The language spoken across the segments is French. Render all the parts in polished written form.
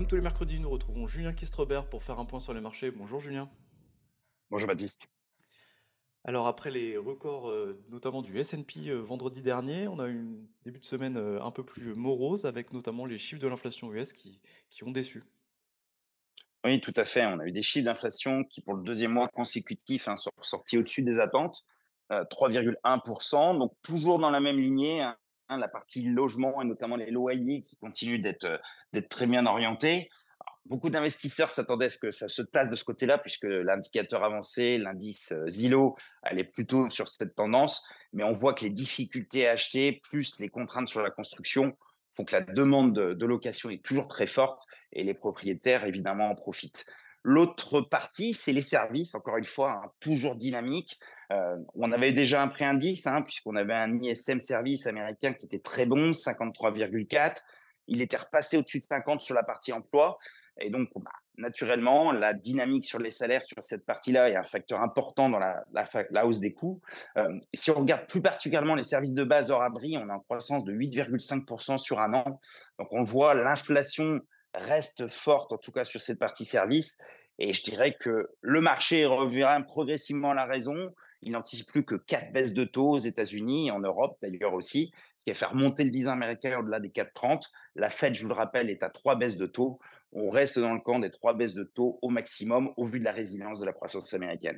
Comme tous les mercredis, nous retrouvons Julien Kistrobert pour faire un point sur les marchés. Bonjour Julien. Bonjour Baptiste. Alors après les records notamment du S&P vendredi dernier, on a eu un début de semaine un peu plus morose avec notamment les chiffres de l'inflation US qui ont déçu. Oui, tout à fait. On a eu des chiffres d'inflation qui, pour le deuxième mois consécutif, sont sortis au-dessus des attentes, 3,1%. Donc toujours dans la même lignée, la partie logement et notamment les loyers qui continuent d'être très bien orientés. Beaucoup d'investisseurs s'attendaient à ce que ça se tasse de ce côté-là, puisque l'indicateur avancé, l'indice Zillow, elle est plutôt sur cette tendance. Mais on voit que les difficultés à acheter, plus les contraintes sur la construction, font que la demande de location est toujours très forte et les propriétaires, évidemment, en profitent. L'autre partie, c'est les services, encore une fois, toujours dynamique. On avait déjà un préindice, puisqu'on avait un ISM service américain qui était très bon, 53,4. Il était repassé au-dessus de 50 sur la partie emploi. Et donc, naturellement, la dynamique sur les salaires sur cette partie-là est un facteur important dans la hausse des coûts. Et si on regarde plus particulièrement les services de base hors abri, on a une croissance de 8,5% sur un an. Donc, on le voit, l'inflation reste forte, en tout cas sur cette partie service. Et je dirais que le marché reviendra progressivement à la raison. Il n'anticipe plus que 4 baisses de taux aux États-Unis et en Europe d'ailleurs aussi, ce qui va faire monter le 10 ans américain au-delà des 4,30. La Fed, je vous le rappelle, est à 3 baisses de taux. On reste dans le camp des 3 baisses de taux au maximum au vu de la résilience de la croissance américaine.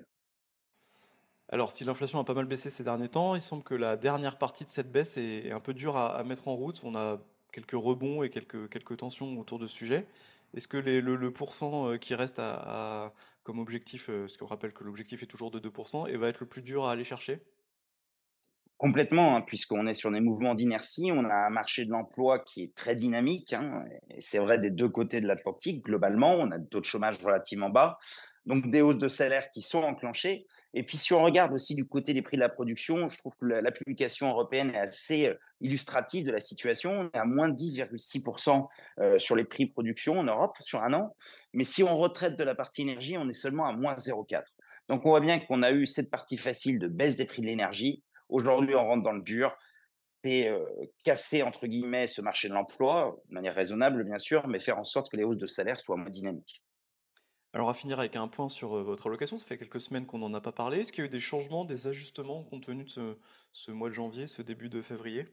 Alors si l'inflation a pas mal baissé ces derniers temps, il semble que la dernière partie de cette baisse est un peu dure à mettre en route. On a quelques rebonds et quelques tensions autour de ce sujet. Est-ce que le pourcent qui reste comme objectif, parce qu'on rappelle que l'objectif est toujours de 2%, et va être le plus dur à aller chercher? Complètement, puisqu'on est sur des mouvements d'inertie, on a un marché de l'emploi qui est très dynamique, et c'est vrai des deux côtés de l'Atlantique. Globalement, on a des taux de chômage relativement bas, donc des hausses de salaires qui sont enclenchées. Et puis, si on regarde aussi du côté des prix de la production, je trouve que la publication européenne est assez illustrative de la situation. On est à moins de 10,6% sur les prix de production en Europe sur un an. Mais si on retraite de la partie énergie, on est seulement à moins 0,4. Donc, on voit bien qu'on a eu cette partie facile de baisse des prix de l'énergie. Aujourd'hui, on rentre dans le dur et casser, entre guillemets, ce marché de l'emploi, de manière raisonnable, bien sûr, mais faire en sorte que les hausses de salaire soient moins dynamiques. Alors, à finir avec un point sur votre allocation, ça fait quelques semaines qu'on n'en a pas parlé. Est-ce qu'il y a eu des changements, des ajustements compte tenu de ce mois de janvier, ce début de février?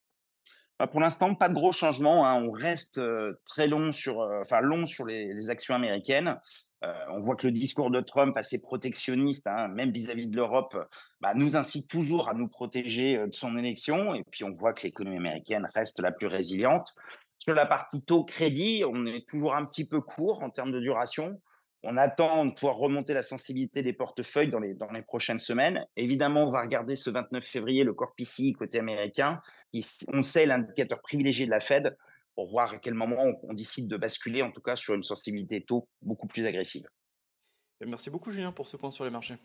Pour l'instant, pas de gros changements, on reste très long sur les actions américaines. On voit que le discours de Trump assez protectionniste, même vis-à-vis de l'Europe, nous incite toujours à nous protéger de son élection. Et puis, on voit que l'économie américaine reste la plus résiliente. Sur la partie taux crédit, on est toujours un petit peu court en termes de duration. On attend de pouvoir remonter la sensibilité des portefeuilles dans les prochaines semaines. Évidemment, on va regarder ce 29 février le corps PCI côté américain, qui, on sait, l'indicateur privilégié de la Fed, pour voir à quel moment on décide de basculer, en tout cas sur une sensibilité taux beaucoup plus agressive. Et merci beaucoup Julien pour ce point sur les marchés.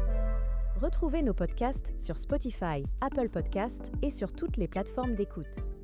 Retrouvez nos podcasts sur Spotify, Apple Podcasts et sur toutes les plateformes d'écoute.